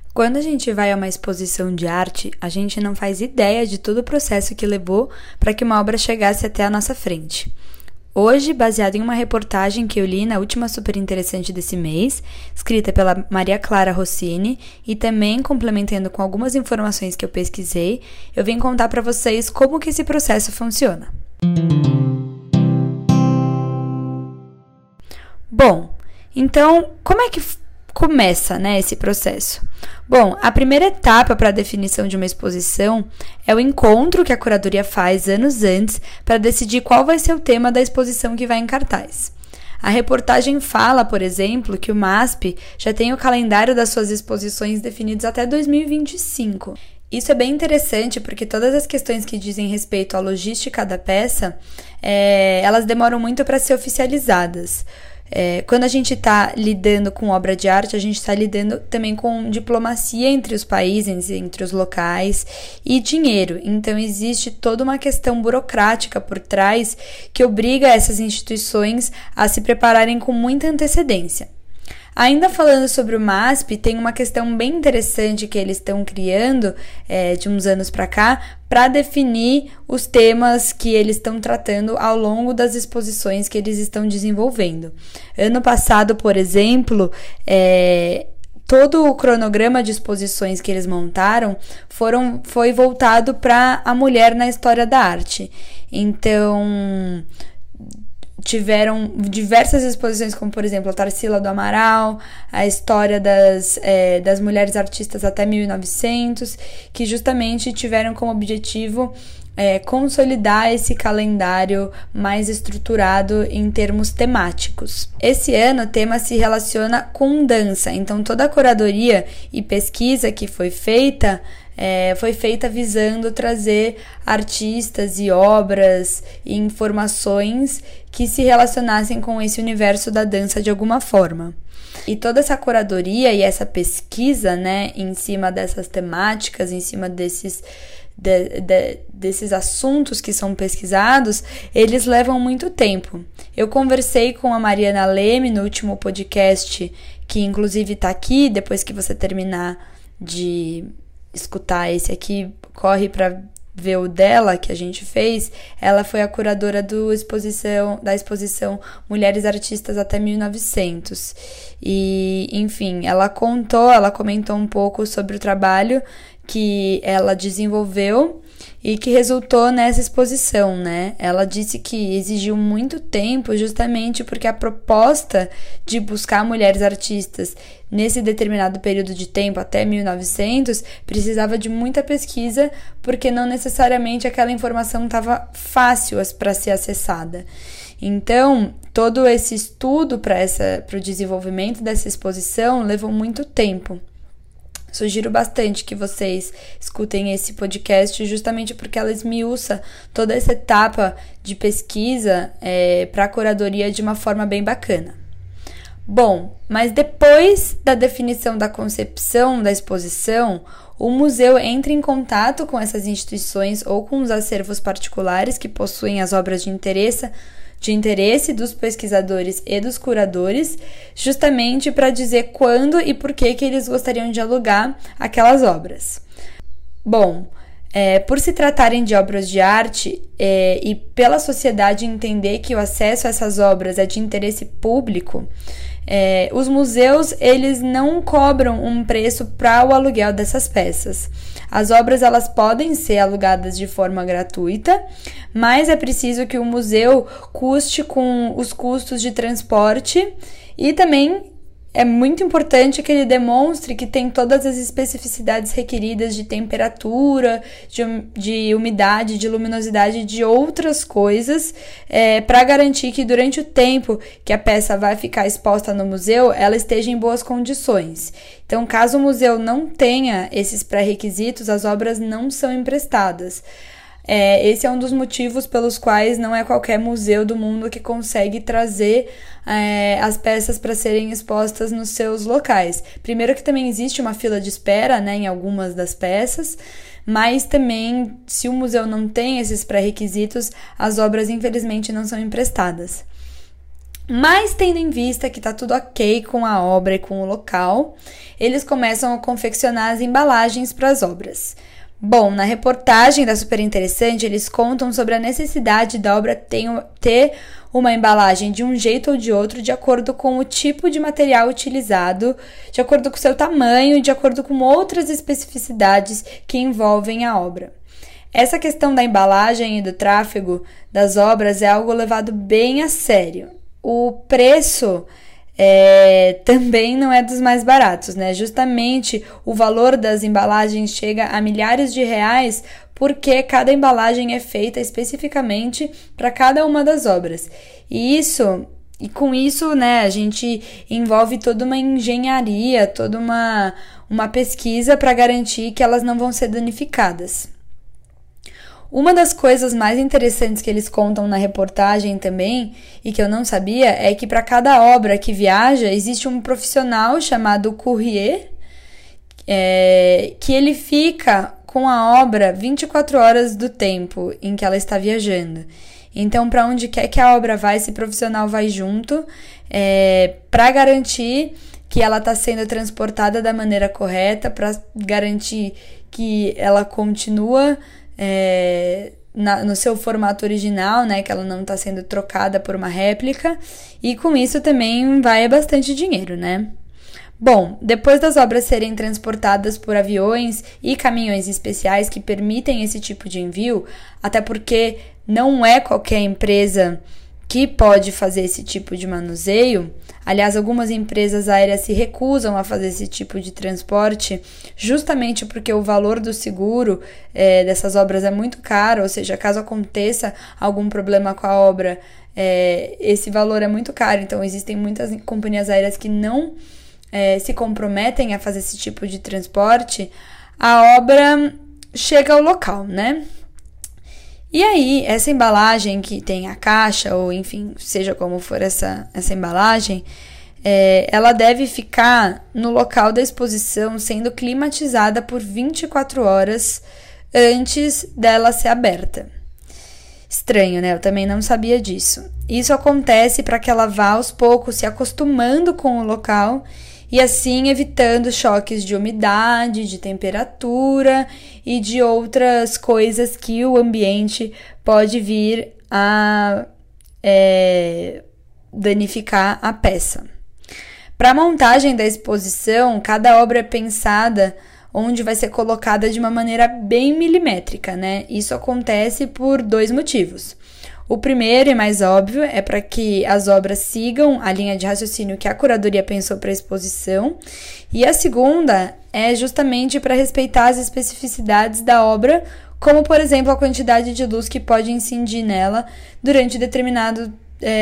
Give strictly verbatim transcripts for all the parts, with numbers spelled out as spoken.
Quando a gente vai a uma exposição de arte, a gente não faz ideia de todo o processo que levou para que uma obra chegasse até a nossa frente. Hoje, baseado em uma reportagem que eu li na última super interessante desse mês, escrita pela Maria Clara Rossini, e também complementando com algumas informações que eu pesquisei, eu vim contar para vocês como que esse processo funciona. Bom, então, como é que começa, né, esse processo? Bom, a primeira etapa para a definição de uma exposição é o encontro que a curadoria faz anos antes para decidir qual vai ser o tema da exposição que vai em cartaz. A reportagem fala, por exemplo, que o MASP já tem o calendário das suas exposições definidos até dois mil e vinte e cinco. Isso é bem interessante porque todas as questões que dizem respeito à logística da peça, é, elas demoram muito para ser oficializadas. É, quando a gente está lidando com obra de arte, a gente está lidando também com diplomacia entre os países, entre os locais e dinheiro. Então, existe toda uma questão burocrática por trás que obriga essas instituições a se prepararem com muita antecedência. Ainda falando sobre o MASP, tem uma questão bem interessante que eles estão criando é, de uns anos para cá para definir os temas que eles estão tratando ao longo das exposições que eles estão desenvolvendo. Ano passado, por exemplo, é, todo o cronograma de exposições que eles montaram foram, foi voltado para a mulher na história da arte. Então, tiveram diversas exposições, como por exemplo a Tarsila do Amaral, a história das, é, das mulheres artistas até mil e novecentos, que justamente tiveram como objetivo é, consolidar esse calendário mais estruturado em termos temáticos. Esse ano o tema se relaciona com dança, então toda a curadoria e pesquisa que foi feita É, foi feita visando trazer artistas e obras e informações que se relacionassem com esse universo da dança de alguma forma. E toda essa curadoria e essa pesquisa, né, em cima dessas temáticas, em cima desses, de, de, desses assuntos que são pesquisados, eles levam muito tempo. Eu conversei com a Mariana Leme no último podcast, que inclusive está aqui, depois que você terminar de escutar esse aqui, corre para ver o dela que a gente fez. Ela foi a curadora do exposição, da exposição Mulheres Artistas até mil e novecentos. E, enfim, ela contou, ela comentou um pouco sobre o trabalho que ela desenvolveu e que resultou nessa exposição, né? Ela disse que exigiu muito tempo justamente porque a proposta de buscar mulheres artistas nesse determinado período de tempo, até mil e novecentos, precisava de muita pesquisa, porque não necessariamente aquela informação estava fácil para ser acessada. Então, todo esse estudo para essa, para o desenvolvimento dessa exposição levou muito tempo. Sugiro bastante que vocês escutem esse podcast justamente porque ela esmiuça toda essa etapa de pesquisa é, para a curadoria de uma forma bem bacana. Bom, mas depois da definição da concepção da exposição, o museu entra em contato com essas instituições ou com os acervos particulares que possuem as obras de interesse de interesse dos pesquisadores e dos curadores, justamente para dizer quando e por que que eles gostariam de alugar aquelas obras. Bom, é, por se tratarem de obras de arte é, e pela sociedade entender que o acesso a essas obras é de interesse público, É, os museus, eles não cobram um preço para o aluguel dessas peças. As obras, elas podem ser alugadas de forma gratuita, mas é preciso que o museu custe com os custos de transporte e também é muito importante que ele demonstre que tem todas as especificidades requeridas de temperatura, de, de umidade, de luminosidade e de outras coisas, é, para garantir que durante o tempo que a peça vai ficar exposta no museu, ela esteja em boas condições. Então, caso o museu não tenha esses pré-requisitos, as obras não são emprestadas. É, esse é um dos motivos pelos quais não é qualquer museu do mundo que consegue trazer é, as peças para serem expostas nos seus locais. Primeiro que também existe uma fila de espera, né, em algumas das peças, mas também, se o museu não tem esses pré-requisitos, as obras infelizmente não são emprestadas. Mas tendo em vista que está tudo ok com a obra e com o local, eles começam a confeccionar as embalagens para as obras. Bom, na reportagem da Super Interessante, eles contam sobre a necessidade da obra ter uma embalagem de um jeito ou de outro, de acordo com o tipo de material utilizado, de acordo com o seu tamanho e de acordo com outras especificidades que envolvem a obra. Essa questão da embalagem e do tráfego das obras é algo levado bem a sério. O preço é, também não é dos mais baratos, né? Justamente o valor das embalagens chega a milhares de reais porque cada embalagem é feita especificamente para cada uma das obras. E isso, e com isso, né, a gente envolve toda uma engenharia, toda uma, uma pesquisa para garantir que elas não vão ser danificadas. Uma das coisas mais interessantes que eles contam na reportagem também, e que eu não sabia, é que para cada obra que viaja, existe um profissional chamado courrier, é, que ele fica com a obra vinte e quatro horas do tempo em que ela está viajando. Então, para onde quer que a obra vá, esse profissional vai junto, é, para garantir que ela está sendo transportada da maneira correta, para garantir que ela continua É, na, no seu formato original, né, que ela não está sendo trocada por uma réplica, e com isso também vai bastante dinheiro, né? Bom, depois das obras serem transportadas por aviões e caminhões especiais que permitem esse tipo de envio, até porque não é qualquer empresa que pode fazer esse tipo de manuseio. Aliás, algumas empresas aéreas se recusam a fazer esse tipo de transporte justamente porque o valor do seguro é, dessas obras é muito caro, ou seja, caso aconteça algum problema com a obra, é, esse valor é muito caro. Então, existem muitas companhias aéreas que não é, se comprometem a fazer esse tipo de transporte. A obra chega ao local, né? E aí, essa embalagem que tem a caixa, ou enfim, seja como for essa, essa embalagem, é, ela deve ficar no local da exposição sendo climatizada por vinte e quatro horas antes dela ser aberta. Estranho, né? Eu também não sabia disso. Isso acontece para que ela vá aos poucos se acostumando com o local e assim evitando choques de umidade, de temperatura e de outras coisas que o ambiente pode vir a é, danificar a peça. Para a montagem da exposição, cada obra é pensada onde vai ser colocada de uma maneira bem milimétrica, né? Isso acontece por dois motivos. O primeiro e mais óbvio é para que as obras sigam a linha de raciocínio que a curadoria pensou para a exposição. E a segunda é justamente para respeitar as especificidades da obra, como, por exemplo, a quantidade de luz que pode incidir nela durante determinado,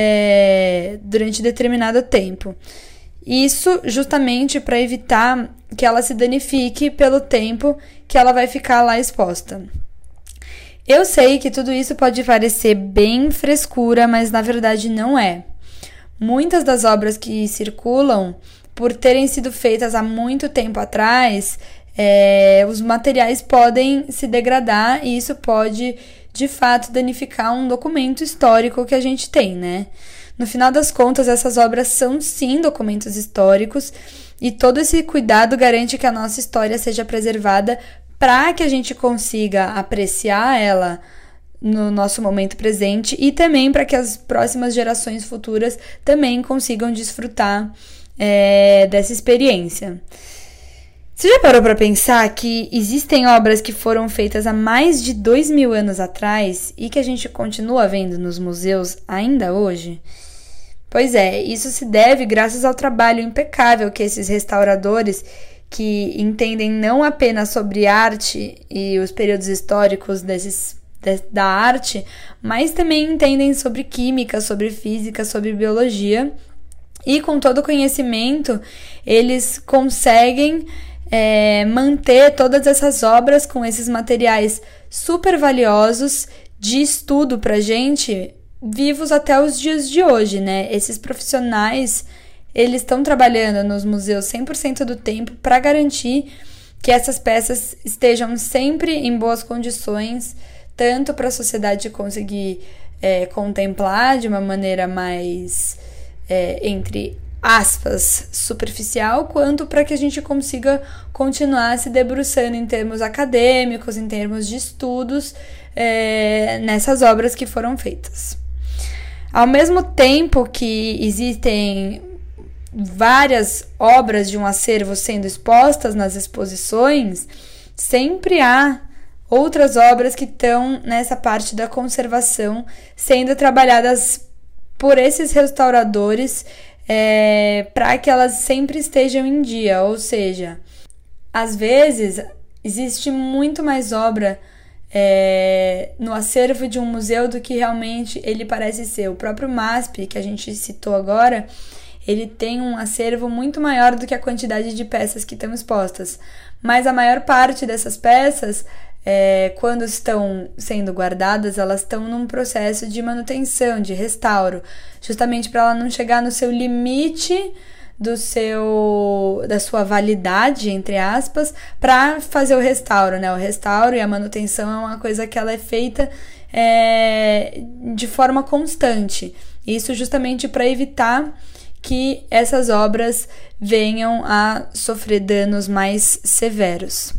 é, durante determinado tempo. Isso justamente para evitar que ela se danifique pelo tempo que ela vai ficar lá exposta. Eu sei que tudo isso pode parecer bem frescura, mas na verdade não é. Muitas das obras que circulam, por terem sido feitas há muito tempo atrás, é, os materiais podem se degradar e isso pode, de fato, danificar um documento histórico que a gente tem, né? No final das contas, essas obras são sim documentos históricos e todo esse cuidado garante que a nossa história seja preservada para que a gente consiga apreciar ela no nosso momento presente e também para que as próximas gerações futuras também consigam desfrutar é, dessa experiência. Você já parou para pensar que existem obras que foram feitas há mais de dois mil anos atrás e que a gente continua vendo nos museus ainda hoje? Pois é, isso se deve graças ao trabalho impecável que esses restauradores, que entendem não apenas sobre arte e os períodos históricos desses, de, da arte, mas também entendem sobre química, sobre física, sobre biologia. E com todo o conhecimento, eles conseguem é, manter todas essas obras com esses materiais super valiosos de estudo pra gente, vivos até os dias de hoje, né? Esses profissionais, eles estão trabalhando nos museus cem por cento do tempo para garantir que essas peças estejam sempre em boas condições, tanto para a sociedade conseguir é, contemplar de uma maneira mais é, entre aspas, superficial, quanto para que a gente consiga continuar se debruçando em termos acadêmicos, em termos de estudos, é, nessas obras que foram feitas. Ao mesmo tempo que existem várias obras de um acervo sendo expostas nas exposições, sempre há outras obras que estão nessa parte da conservação sendo trabalhadas por esses restauradores, É, para que elas sempre estejam em dia, ou seja, às vezes existe muito mais obra é, no acervo de um museu do que realmente ele parece ser. O próprio MASP, que a gente citou agora, ele tem um acervo muito maior do que a quantidade de peças que estão expostas, mas a maior parte dessas peças, É, quando estão sendo guardadas, elas estão num processo de manutenção, de restauro, justamente para ela não chegar no seu limite do seu, da sua validade, entre aspas, para fazer o restauro, né? O restauro e a manutenção é uma coisa que ela é feita é, de forma constante. Isso justamente para evitar que essas obras venham a sofrer danos mais severos.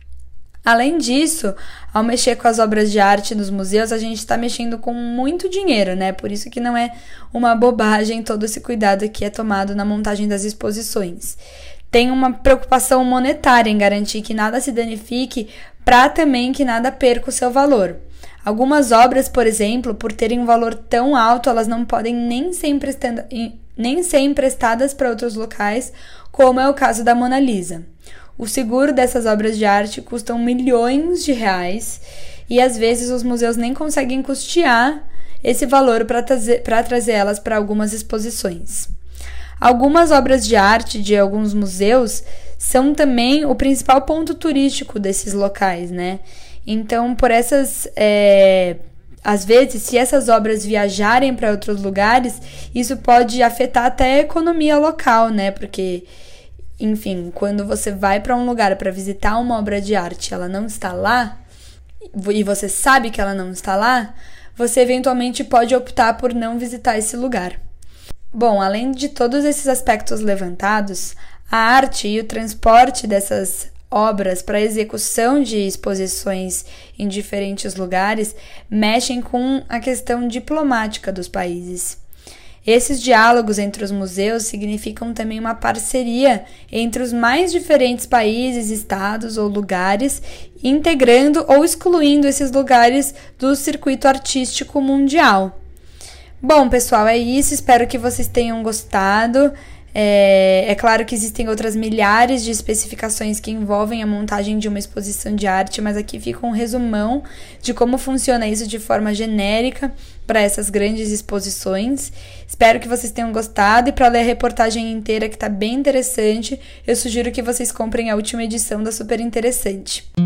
Além disso, ao mexer com as obras de arte nos museus, a gente está mexendo com muito dinheiro, né? Por isso que não é uma bobagem todo esse cuidado que é tomado na montagem das exposições. Tem uma preocupação monetária em garantir que nada se danifique para também que nada perca o seu valor. Algumas obras, por exemplo, por terem um valor tão alto, elas não podem nem ser, emprestanda, nem ser emprestadas para outros locais, como é o caso da Mona Lisa. O seguro dessas obras de arte custam milhões de reais e às vezes os museus nem conseguem custear esse valor para trazer, para trazer elas para algumas exposições. Algumas obras de arte de alguns museus são também o principal ponto turístico desses locais, né? Então, por essas... É, às vezes, se essas obras viajarem para outros lugares, isso pode afetar até a economia local, né? Porque... Enfim, quando você vai para um lugar para visitar uma obra de arte, ela não está lá, e você sabe que ela não está lá, você eventualmente pode optar por não visitar esse lugar. Bom, além de todos esses aspectos levantados, a arte e o transporte dessas obras para execução de exposições em diferentes lugares mexem com a questão diplomática dos países. Esses diálogos entre os museus significam também uma parceria entre os mais diferentes países, estados ou lugares, integrando ou excluindo esses lugares do circuito artístico mundial. Bom, pessoal, é isso. Espero que vocês tenham gostado. É, é claro que existem outras milhares de especificações que envolvem a montagem de uma exposição de arte, mas aqui fica um resumão de como funciona isso de forma genérica para essas grandes exposições. Espero que vocês tenham gostado, e para ler a reportagem inteira, que está bem interessante, eu sugiro que vocês comprem a última edição da Super Interessante.